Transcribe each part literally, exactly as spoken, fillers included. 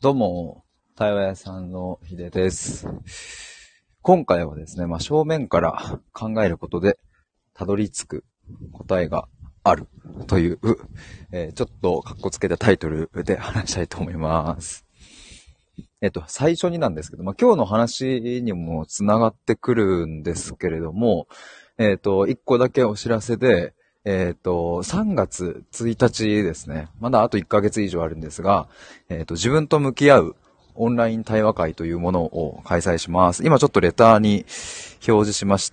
どうも、対話屋さんのひでです。今回はですね、まあ、正面から考えることでたどり着く答えがあるという、えーちょっとカッコつけたタイトルで話したいと思います。えっと、最初になんですけど、まあ、今日の話にもつながってくるんですけれども、えっと、一個だけお知らせで、えっと、さんがつついたちですね。まだあといっかげつ以上あるんですが、えっと、自分と向き合うオンライン対話会というものを開催します。今ちょっとレターに表示しまして、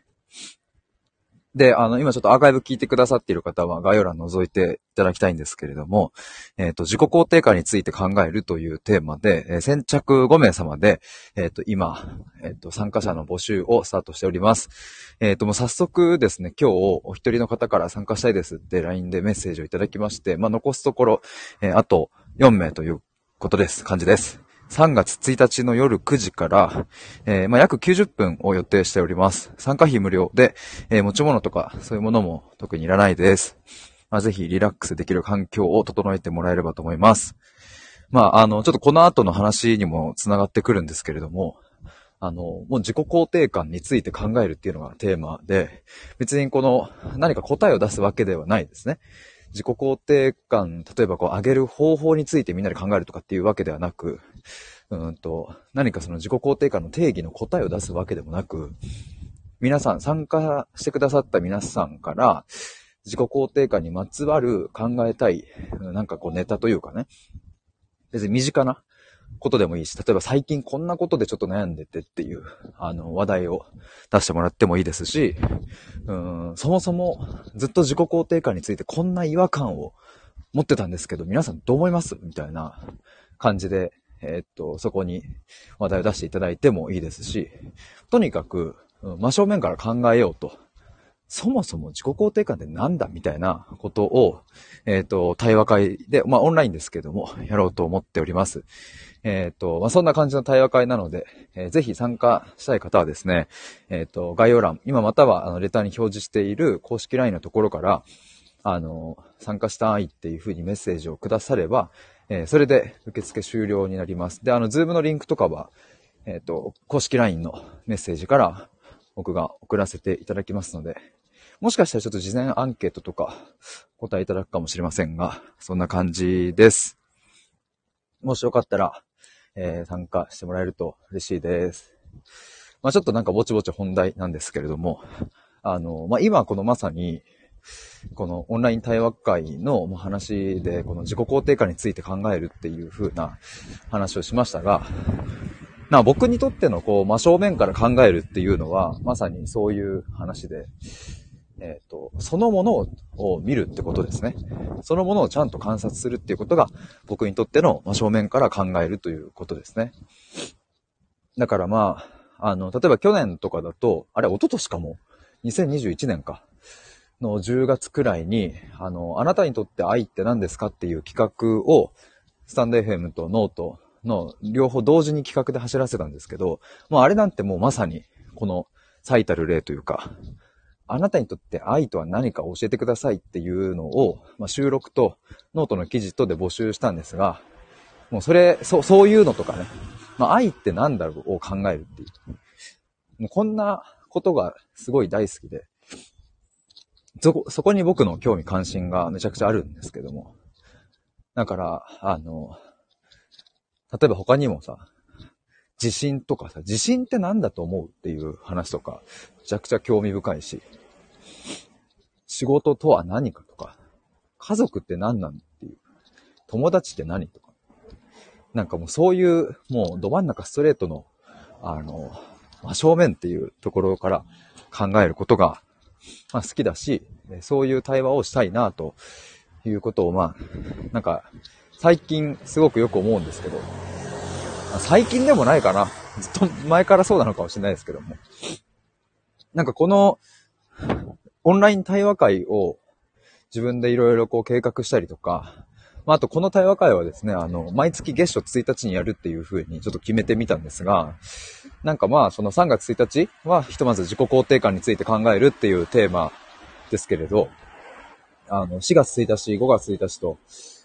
で、あの、今ちょっとアーカイブ聞いてくださっている方は概要欄覗いていただきたいんですけれども、えっと、自己肯定感について考えるというテーマで、えー先着ごめいさまで、えっと、今、えっと、参加者の募集をスタートしております。えっと、もう早速ですね、今日お一人の方から参加したいですって ライン でメッセージをいただきまして、まあ、残すところ、えーあとよんめいということです。感じです。さんがつついたちの夜くじから、えーまあ、約きゅうじゅっぷんを予定しております。参加費無料で、えー持ち物とかそういうものも特にいらないです。まあ、ぜひリラックスできる環境を整えてもらえればと思います。まあ、あの、ちょっとこの後の話にもつながってくるんですけれども、あの、もう自己肯定感について考えるっていうのがテーマで、別にこの何か答えを出すわけではないですね。自己肯定感、例えばこう上げる方法についてみんなで考えるとかっていうわけではなく、うーんと、何かその自己肯定感の定義の答えを出すわけでもなく、皆さん、参加してくださった皆さんから、自己肯定感にまつわる考えたい、なんかこうネタというかね、別に身近なことでもいいし、例えば最近こんなことでちょっと悩んでてっていう、あの、話題を出してもらってもいいですし、うーん、そもそもずっと自己肯定感についてこんな違和感を持ってたんですけど、皆さんどう思いますみたいな感じで、えーっと、そこに話題を出していただいてもいいですし、とにかく、うん真正面から考えようと。そもそも自己肯定感ってなんだみたいなことを、えーっと、対話会で、まあオンラインですけども、やろうと思っております。えっと、まあ、そんな感じの対話会なので、えーぜひ参加したい方はですね、えっと、概要欄、今または、あの、レターに表示している公式 ライン のところから、あの、参加したいっていう風にメッセージをくだされば、えーそれで受付終了になります。で、あの、ズームのリンクとかは、えっと、公式 ライン のメッセージから僕が送らせていただきますので、もしかしたらちょっと事前アンケートとか答えいただくかもしれませんが、そんな感じです。もしよかったら、えー参加してもらえると嬉しいです。まあちょっとなんかぼちぼち本題なんですけれども、あの、まあ今このまさに、このオンライン対話会の話で、この自己肯定感について考えるっていう風な話をしましたが、な僕にとってのこう真正面から考えるっていうのは、まさにそういう話で、えっと、そのものを見るってことですね。そのものをちゃんと観察するっていうことが、僕にとっての真正面から考えるということですね。だからまあ、あの、例えば去年とかだと、あれ、一昨年かも、にせんにじゅういちねんか、のじゅうがつくらいに、あの、あなたにとって愛って何ですかっていう企画を、スタンド エフエム とノートの両方同時に企画で走らせたんですけど、もうあれなんてもうまさに、この最たる例というか、あなたにとって愛とは何か教えてくださいっていうのを、まあ、収録とノートの記事とで募集したんですが、もうそれ、そう、そういうのとかね、まあ、愛って何だろうを考えるっていう。もうこんなことがすごい大好きで、そこ、そこに僕の興味関心がめちゃくちゃあるんですけども。だから、あの、例えば他にもさ、自信とかさ、自信って何だと思うっていう話とか、めちゃくちゃ興味深いし、仕事とは何かとか、家族って何なのっていう、友達って何とか、なんかもうそういう、もうど真ん中ストレートの、あの、真正面っていうところから考えることが、まあ、好きだし、そういう対話をしたいなということを、まあ、なんか、最近すごくよく思うんですけど、最近でもないかな。ずっと前からそうなのかもしれないですけども。なんかこの、オンライン対話会を自分でいろいろこう計画したりとか、まあ、あとこの対話会はですね、あの、毎月月初ついたちにやるっていう風にちょっと決めてみたんですが、なんかまあ、そのさんがつついたちはひとまず自己肯定感について考えるっていうテーマですけれど、あの、しがつついたち、ごがつついたちと、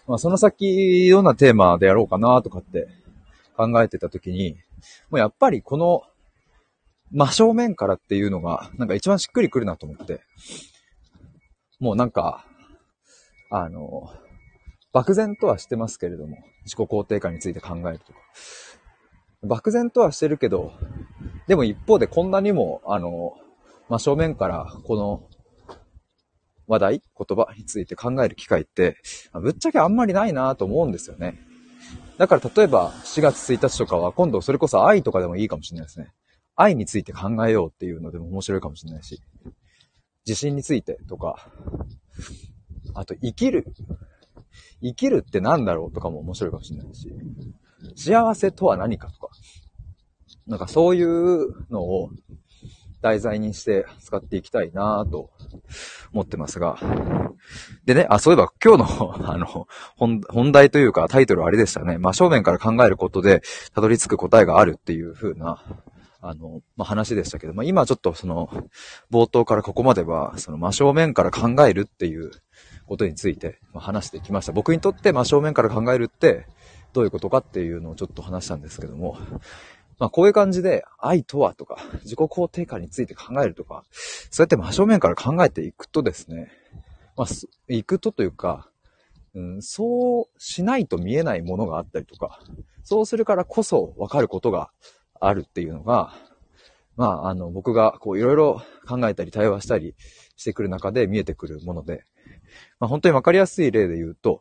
まあその先どんなテーマでやろうかなとかって考えてた時に、もうやっぱりこの真正面からっていうのがなんか一番しっくりくるなと思って、もうなんか、あの、漠然とはしてますけれども、自己肯定感について考えるとか。漠然とはしてるけど、でも一方でこんなにも、あの、真正面からこの話題、言葉について考える機会って、ぶっちゃけあんまりないなと思うんですよね。だから例えばしがつついたちとかは今度それこそ愛とかでもいいかもしれないですね。愛について考えようっていうのでも面白いかもしれないし、自信についてとか、あと生きる。生きるって何だろうとかも面白いかもしれないし、幸せとは何かとか、なんかそういうのを題材にして使っていきたいなぁと思ってますが。でね、あ、そういえば今日の、あの、本、本題というかタイトルあれでしたね。真正面から考えることでたどり着く答えがあるっていう風な、あの、まあ、話でしたけど、まあ、今ちょっとその、冒頭からここまでは、その真正面から考えるっていうことについて話してきました。僕にとって真正面から考えるってどういうことかっていうのをちょっと話したんですけども、まあこういう感じで愛とはとか自己肯定感について考えるとか、そうやって真正面から考えていくとですね、まあ、いくとというか、うん、そうしないと見えないものがあったりとか、そうするからこそ分かることがあるっていうのが、まああの僕がこういろいろ考えたり対話したりしてくる中で見えてくるもので、まあ本当に分かりやすい例で言うと、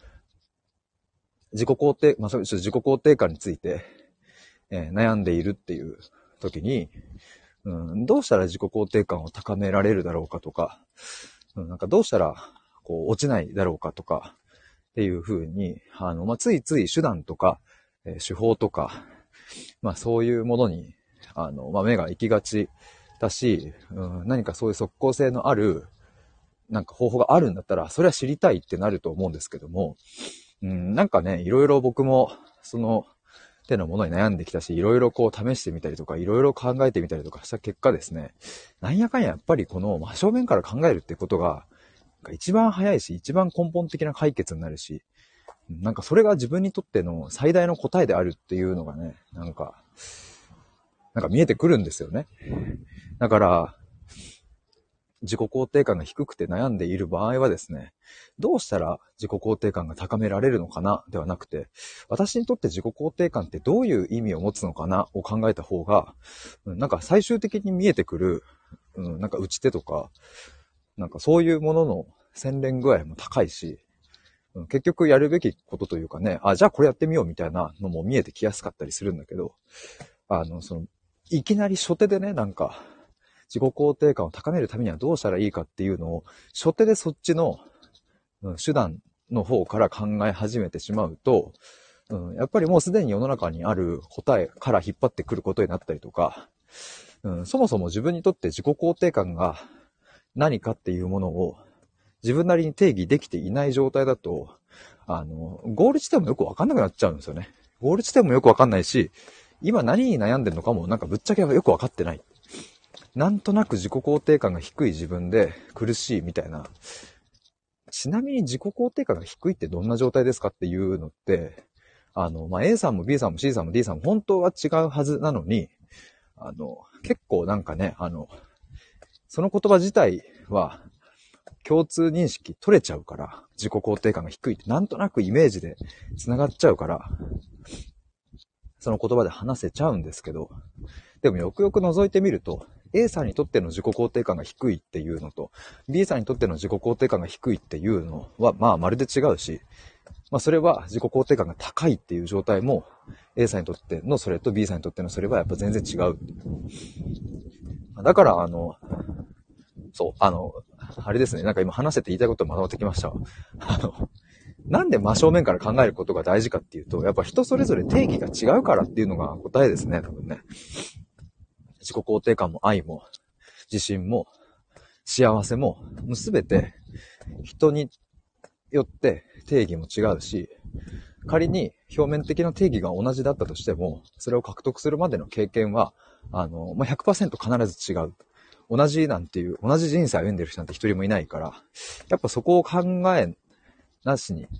自己肯定、まあ、自己肯定感について、えー、悩んでいるっていう時に、うん、どうしたら自己肯定感を高められるだろうかとか、うん、なんかどうしたらこう落ちないだろうかとかっていう風に、あの、まあ、ついつい手段とか、えー、手法とか、まあそういうものに、あの、まあ、目が行きがちだし、うん、何かそういう即効性のあるなんか方法があるんだったら、それは知りたいってなると思うんですけども、うん、なんかね、いろいろ僕も、その、手のものに悩んできたし、いろいろこう試してみたりとか、いろいろ考えてみたりとかした結果ですね、なんやかんややっぱりこの真正面から考えるってことが、一番早いし、一番根本的な解決になるし、なんかそれが自分にとっての最大の答えであるっていうのがね、なんか、なんか見えてくるんですよね。だから、自己肯定感が低くて悩んでいる場合はですね、どうしたら自己肯定感が高められるのかなではなくて、私にとって自己肯定感ってどういう意味を持つのかなを考えた方が、なんか最終的に見えてくる、うん、なんか打ち手とか、なんかそういうものの洗練具合も高いし、結局やるべきことというかね、あ、じゃあこれやってみようみたいなのも見えてきやすかったりするんだけど、あの、その、いきなり初手でね、なんか、自己肯定感を高めるためにはどうしたらいいかっていうのを、初手でそっちの、うん、手段の方から考え始めてしまうと、うん、やっぱりもうすでに世の中にある答えから引っ張ってくることになったりとか、うん、そもそも自分にとって自己肯定感が何かっていうものを自分なりに定義できていない状態だと、あの、ゴール地点もよくわかんなくなっちゃうんですよね。ゴール地点もよくわかんないし、今何に悩んでるのかもなんかぶっちゃけよくわかってない。なんとなく自己肯定感が低い自分で苦しいみたいな。ちなみに自己肯定感が低いってどんな状態ですかっていうのって、あの、まあ、A さんも B さんも C さんも D さんも本当は違うはずなのに、あの、結構なんかね、あの、その言葉自体は共通認識取れちゃうから、自己肯定感が低いってなんとなくイメージで繋がっちゃうから、その言葉で話せちゃうんですけど、でもよくよく覗いてみると、A さんにとっての自己肯定感が低いっていうのと、B さんにとっての自己肯定感が低いっていうのは、まあまるで違うし、まあそれは自己肯定感が高いっていう状態も、A さんにとってのそれと B さんにとってのそれはやっぱ全然違う。だから、あの、そう、あの、あれですね、なんか今話せて言いたいことまとまってきました。あの、なんで真正面から考えることが大事かっていうと、やっぱ人それぞれ定義が違うからっていうのが答えですね、多分ね。自己肯定感も愛も自信も幸せもすべて人によって定義も違うし、仮に表面的な定義が同じだったとしても、それを獲得するまでの経験はあの、まあ、ひゃくパーセント 必ず違う。同じなんていう同じ人生を歩んでる人なんて一人もいないから、やっぱそこを考えなしに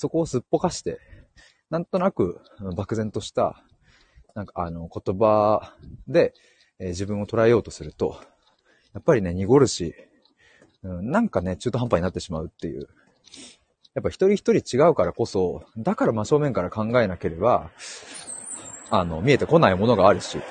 そこをすっぽかして、なんとなく漠然とした、なんかあの言葉で、えー、自分を捉えようとすると、やっぱりね、濁るし、うん、なんかね、中途半端になってしまうっていう。やっぱ一人一人違うからこそ、だから真正面から考えなければ、あの、見えてこないものがあるし、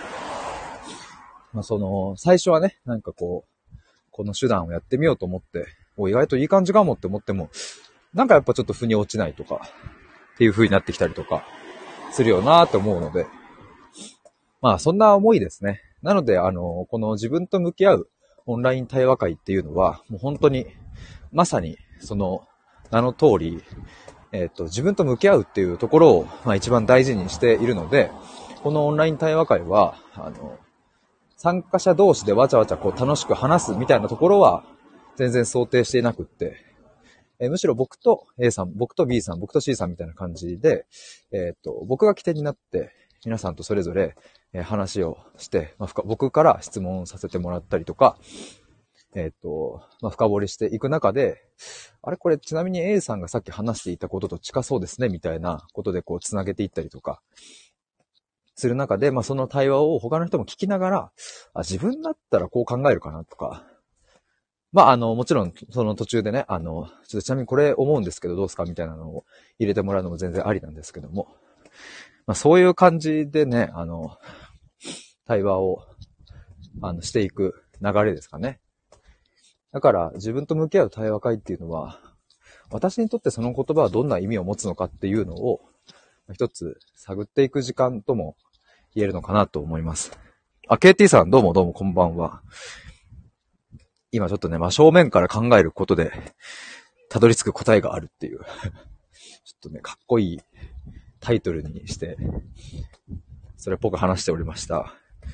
まあその、最初はね、なんかこう、この手段をやってみようと思って、お、意外といい感じかもって思っても、なんかやっぱちょっと腑に落ちないとか、っていう風になってきたりとか、するよなと思うので、まあそんな思いですね。なので、あの、この自分と向き合うオンライン対話会っていうのは、もう本当に、まさに、その、名の通り、えっと、自分と向き合うっていうところを、まあ一番大事にしているので、このオンライン対話会は、あの、参加者同士でわちゃわちゃこう楽しく話すみたいなところは、全然想定していなくって、えむしろ僕と A さん、僕と B さん、僕と C さんみたいな感じで、えっと、僕が起点になって、皆さんとそれぞれ、えー、話をして、まあ、僕から質問させてもらったりとか、えっと、まあ、深掘りしていく中で、あれこれちなみに A さんがさっき話していたことと近そうですね、みたいなことでこう繋げていったりとか、する中で、まあ、その対話を他の人も聞きながら、あ、自分だったらこう考えるかなとか、まあ、あの、もちろん、その途中でね、あの、ちょっとちなみにこれ思うんですけどどうですかみたいなのを入れてもらうのも全然ありなんですけども、まあ、そういう感じでね、あの、対話を、あの、していく流れですかね。だから、自分と向き合う対話会っていうのは、私にとってその言葉はどんな意味を持つのかっていうのを、一つ探っていく時間とも言えるのかなと思います。あ、ケーティー さんどうもどうもこんばんは。今ちょっとね、真正面から考えることで、たどり着く答えがあるっていう、ちょっとね、かっこいいタイトルにして、それっぽく話しておりました。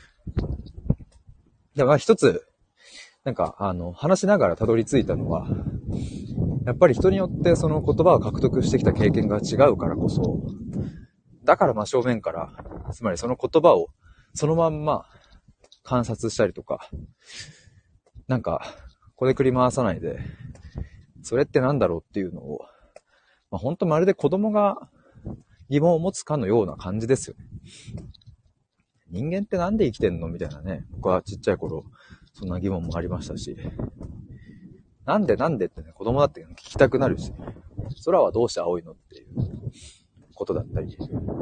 でもまあ一つ、なんか、あの、話しながらたどり着いたのは、やっぱり人によってその言葉を獲得してきた経験が違うからこそ、だから真正面から、つまりその言葉をそのまんま観察したりとか、なんか、こねくり回さないで、それってなんだろうっていうのを、まあ、ほんとまるで子供が疑問を持つかのような感じですよね。人間ってなんで生きてんのみたいなね。僕はちっちゃい頃、そんな疑問もありましたし。なんでなんでってね、子供だって聞きたくなるし、空はどうして青いのっていうことだったり。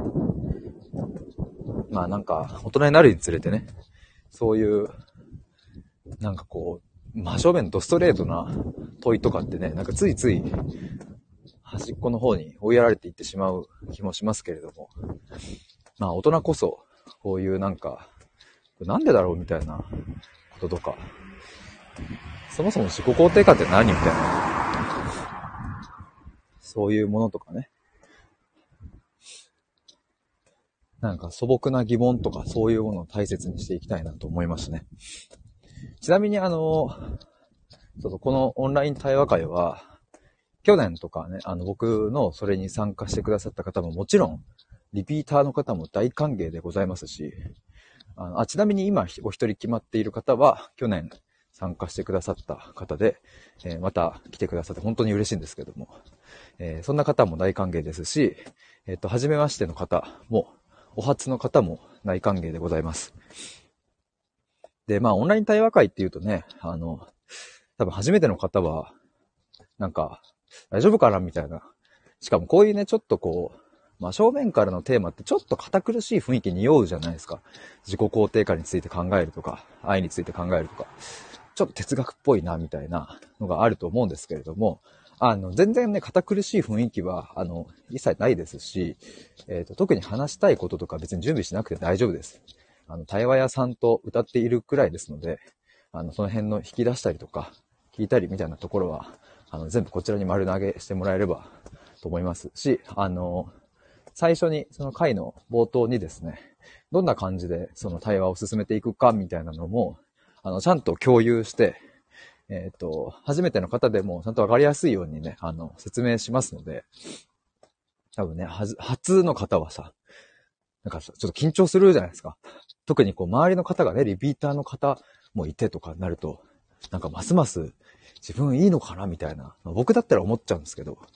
まあなんか、大人になるにつれてね、そういう、なんかこう、真正面ドストレートな問いとかってね、なんかついつい端っこの方に追いやられていってしまう気もしますけれども、まあ大人こそ、こういうなんか、なんでだろうみたいなこととか、そもそも自己肯定感って何みたいな、そういうものとかね、なんか素朴な疑問とかそういうものを大切にしていきたいなと思いますね。ちなみにあの、ちょっとこのオンライン対話会は、去年とかね、あの僕のそれに参加してくださった方ももちろん、リピーターの方も大歓迎でございますし、あのあちなみに今お一人決まっている方は、去年参加してくださった方で、えー、また来てくださって本当に嬉しいんですけども、えー、そんな方も大歓迎ですし、えっと、初めましての方も、お初の方も大歓迎でございます。で、まあ、オンライン対話会っていうとね、あの、多分初めての方は、なんか、大丈夫かなみたいな。しかもこういうね、ちょっとこう、まあ、正面からのテーマってちょっと堅苦しい雰囲気に匂うじゃないですか。自己肯定感について考えるとか、愛について考えるとか、ちょっと哲学っぽいな、みたいなのがあると思うんですけれども、あの、全然ね、堅苦しい雰囲気は、あの、一切ないですし、えっと、特に話したいこととか別に準備しなくて大丈夫です。あの、対話屋さんと歌っているくらいですので、あの、その辺の引き出したりとか、聞いたりみたいなところは、あの、全部こちらに丸投げしてもらえればと思いますし、あの、最初に、その回の冒頭にですね、どんな感じでその対話を進めていくかみたいなのも、あの、ちゃんと共有して、えっと、初めての方でもちゃんとわかりやすいようにね、あの、説明しますので、多分ね、はず、初の方はさ、なんかちょっと緊張するじゃないですか。特にこう、周りの方がね、リピーターの方もいてとかなると、なんかますます自分いいのかなみたいな。僕だったら思っちゃうんですけど、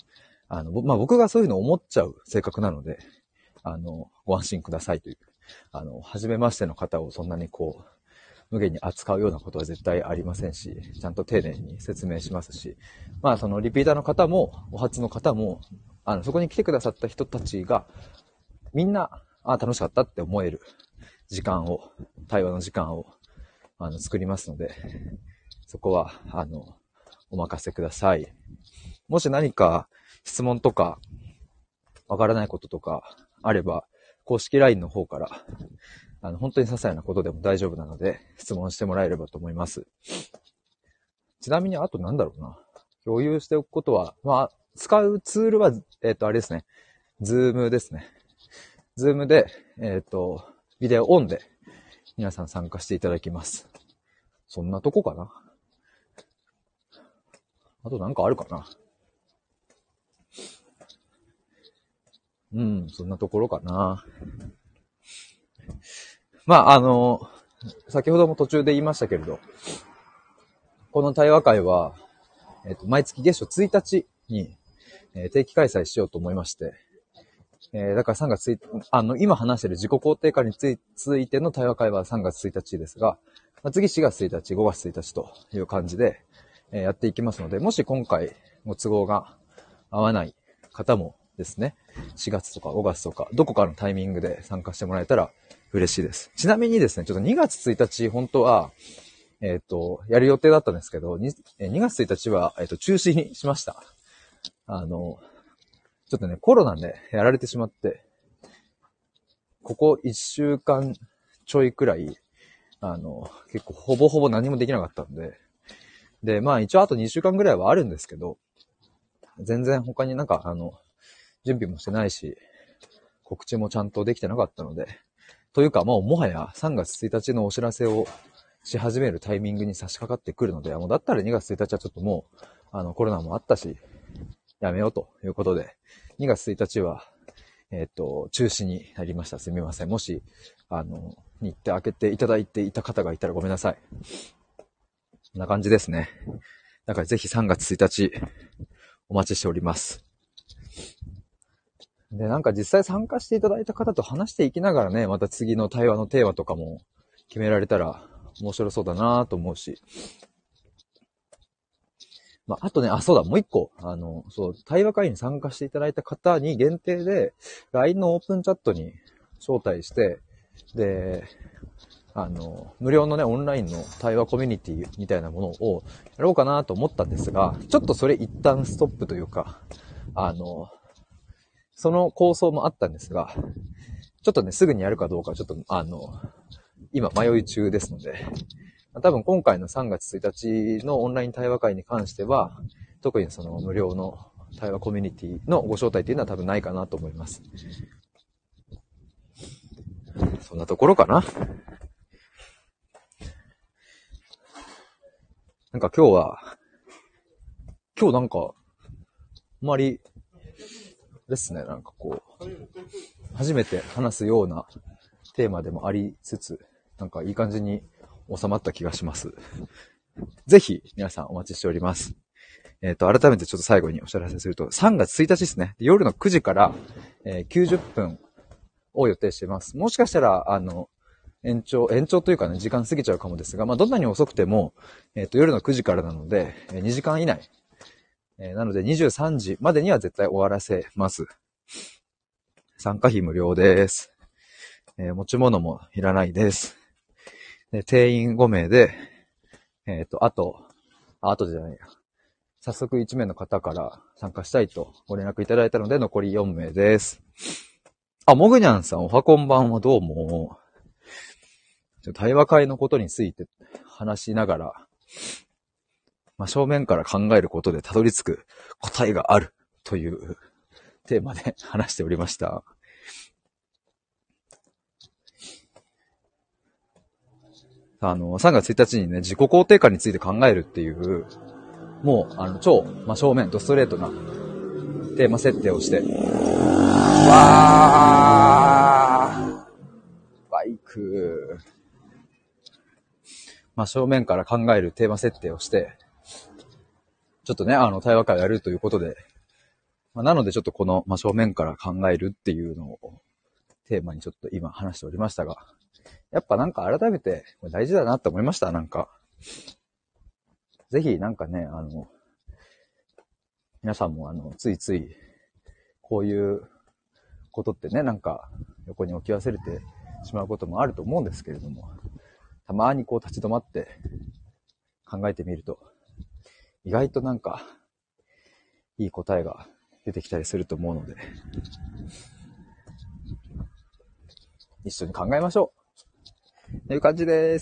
あの、まあ、僕がそういうのを思っちゃう性格なので、あの、ご安心くださいという。あの、初めましての方をそんなにこう、無限に扱うようなことは絶対ありませんし、ちゃんと丁寧に説明しますし、まあそのリピーターの方も、お初の方も、あの、そこに来てくださった人たちが、みんな、あ、楽しかったって思える時間を、対話の時間を、あの、作りますので、そこは、あの、お任せください。もし何か質問とか、わからないこととかあれば、公式 ライン の方から、あの、本当に些細なことでも大丈夫なので、質問してもらえればと思います。ちなみに、あとなんだろうな。共有しておくことは、まあ、使うツールは、えっと、あれですね。ズームですね。ズームで、えっと、ビデオオンで、皆さん参加していただきます。そんなとこかな。あとなんかあるかな。うん、そんなところかな。まあ、あの、先ほども途中で言いましたけれど、この対話会は、えっと、毎月月初ついたちに、えー、定期開催しようと思いまして、えー、だからさんがつい、あの、今話している自己肯定感についついての対話会はさんがつついたちですが、まあ、次しがつついたち、ごがつついたちという感じで、えー、やっていきますので、もし今回ご都合が合わない方もですね、しがつとかごがつとか、どこかのタイミングで参加してもらえたら嬉しいです。ちなみにですね、ちょっとにがつついたち、本当は、えっと、やる予定だったんですけど、にがつついたちは、えっと、中止にしました。あの、ちょっとね、コロナでやられてしまって、ここいっしゅうかんちょいくらい、あの、結構ほぼほぼ何もできなかったんで、で、まあ一応あとにしゅうかんぐらいはあるんですけど、全然他になんか、あの、準備もしてないし、告知もちゃんとできてなかったので、というかもうもはやさんがつついたちのお知らせをし始めるタイミングに差し掛かってくるので、もうだったらにがつついたちはちょっともう、あの、コロナもあったし、やめようということで、にがつついたちは、えっと、中止になりました。すみません。もし、あの、日程開けていただいていた方がいたらごめんなさい。こんな感じですね。だからぜひさんがつついたち、お待ちしております。で、なんか実際参加していただいた方と話していきながらね、また次の対話のテーマとかも決められたら面白そうだなと思うし。まあ、あとね、あ、そうだ、もう一個。あの、そう、対話会に参加していただいた方に限定で、ライン のオープンチャットに招待して、で、あの、無料のね、オンラインの対話コミュニティみたいなものをやろうかなと思ったんですが、ちょっとそれ一旦ストップというか、あの、その構想もあったんですが、ちょっとね、すぐにやるかどうか、ちょっと、あの、今迷い中ですので、多分今回のさんがつついたちのオンライン対話会に関しては、特にその無料の対話コミュニティのご招待っていうのは多分ないかなと思います。そんなところかな。なんか今日は、今日なんか、あんまり、ですね、なんかこう、初めて話すようなテーマでもありつつ、なんかいい感じに収まった気がします。ぜひ皆さんお待ちしております。えっと、改めてちょっと最後にお知らせすると、さんがつついたちですね。夜のくじから、えー、きゅうじゅっぷんを予定しています。もしかしたら、あの、延長、延長というかね、時間過ぎちゃうかもですが、まあ、どんなに遅くても、えっと、夜のくじからなので、にじかん以内。えー、なので、にじゅうさんじまでには絶対終わらせます。参加費無料です。えー、持ち物もいらないです。で、定員ごめいで、えっと、あと、あ、あとじゃないや。早速いちめいの方から参加したいとご連絡いただいたので、残りよんめいです。あ、もぐにゃんさん、おはこんばんは、どうも。対話会のことについて話しながら、まあ、正面から考えることでたどり着く答えがあるというテーマで話しておりました。あの、さんがつついたちにね、自己肯定感について考えるっていう、もう、あの、超、真正面とストレートなテーマ設定をして、わーバイク真正面から考えるテーマ設定をして、ちょっとね、あの、対話会をやるということで、 まあ、なのでちょっとこの真正面から考えるっていうのをテーマにちょっと今話しておりましたが、やっぱなんか改めてこれ大事だなって思いました。なんか、ぜひなんかね、あの、皆さんもあの、ついついこういうことってね、なんか横に置き忘れてしまうこともあると思うんですけれども、たまにこう立ち止まって考えてみると、意外となんかいい答えが出てきたりすると思うので、一緒に考えましょうという感じです。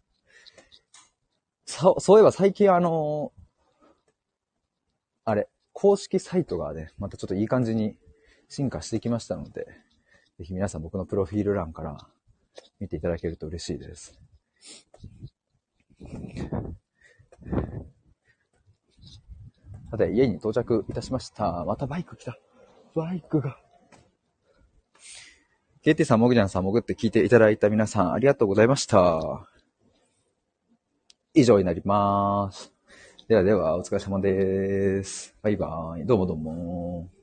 そう、そういえば最近あの、あれ、公式サイトがね、またちょっといい感じに進化してきましたので、ぜひ皆さん僕のプロフィール欄から見ていただけると嬉しいです。さて、家に到着いたしました。またバイク来た。バイクが。ケーティー さん、もぐりゃんさん、もぐって聞いていただいた皆さん、ありがとうございました。以上になります。ではでは、お疲れ様です。バイバーイ。どうもどうも。